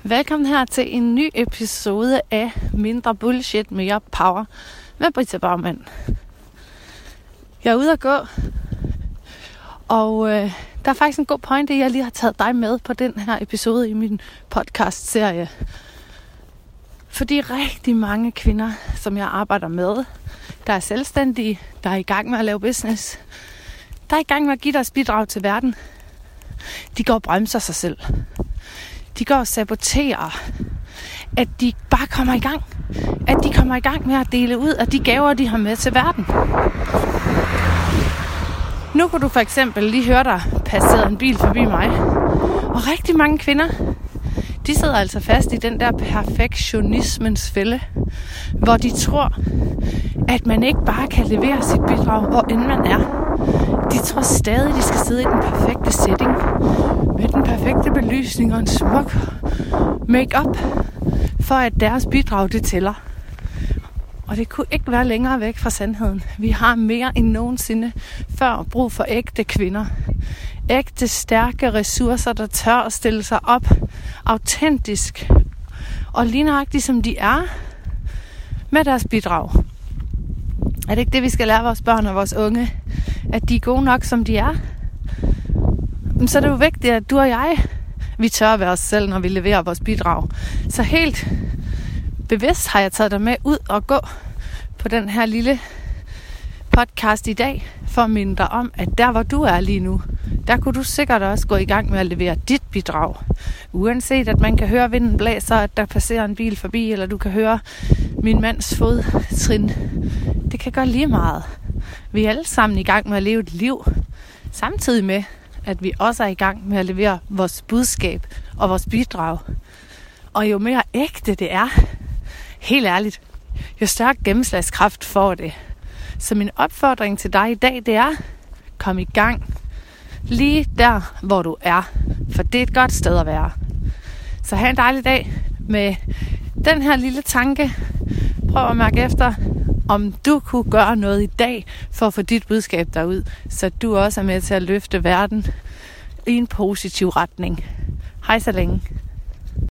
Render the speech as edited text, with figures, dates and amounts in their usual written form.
Velkommen her til en ny episode af Mindre Bullshit, Mere Power med Britta Baumann. Jeg er ude at gå, og der er faktisk en god pointe, jeg lige har taget dig med på den her episode i min podcast-serie. Fordi rigtig mange kvinder, som jeg arbejder med, der er selvstændige, der er i gang med at lave business, der er i gang med at give deres bidrag til verden, de går og bremser sig selv. De går og saboterer, at de bare kommer i gang. At de kommer i gang med at dele ud af de gaver, de har med til verden. Nu kunne du for eksempel lige høre, der passerede en bil forbi mig. Og rigtig mange kvinder, de sidder altså fast i den der perfektionismens fælde, hvor de tror, at man ikke bare kan levere sit bidrag, hvor end man er. De tror stadig, de skal sidde i den perfekte setting, med den perfekte belysning og en smuk make-up, for at deres bidrag det tæller. Og det kunne ikke være længere væk fra sandheden. Vi har mere end nogensinde før brug for ægte kvinder. Ægte, stærke ressourcer, der tør at stille sig op autentisk og lige nøjagtigt som de er med deres bidrag. Er det ikke det, vi skal lære vores børn og vores unge? At de er gode nok, som de er? Så er det jo vigtigt, at du og jeg, vi tør være os selv, når vi leverer vores bidrag. Så helt bevidst har jeg taget dig med ud og gå på den her lille podcast i dag, for at minde dig om, at der hvor du er lige nu, der kunne du sikkert også gå i gang med at levere dit bidrag. Uanset at man kan høre vinden blæser, at der passerer en bil forbi, eller du kan høre min mands fodtrin. Det kan gøre lige meget. Vi er alle sammen i gang med at leve et liv, samtidig med, at vi også er i gang med at levere vores budskab og vores bidrag. Og jo mere ægte det er, helt ærligt, jo større gennemslagskraft får det. Så min opfordring til dig i dag, det er, kom i gang lige der, hvor du er. For det er et godt sted at være. Så have en dejlig dag med den her lille tanke. Prøv at mærke efter, om du kunne gøre noget i dag for at få dit budskab derud, så du også er med til at løfte verden i en positiv retning. Hej så længe.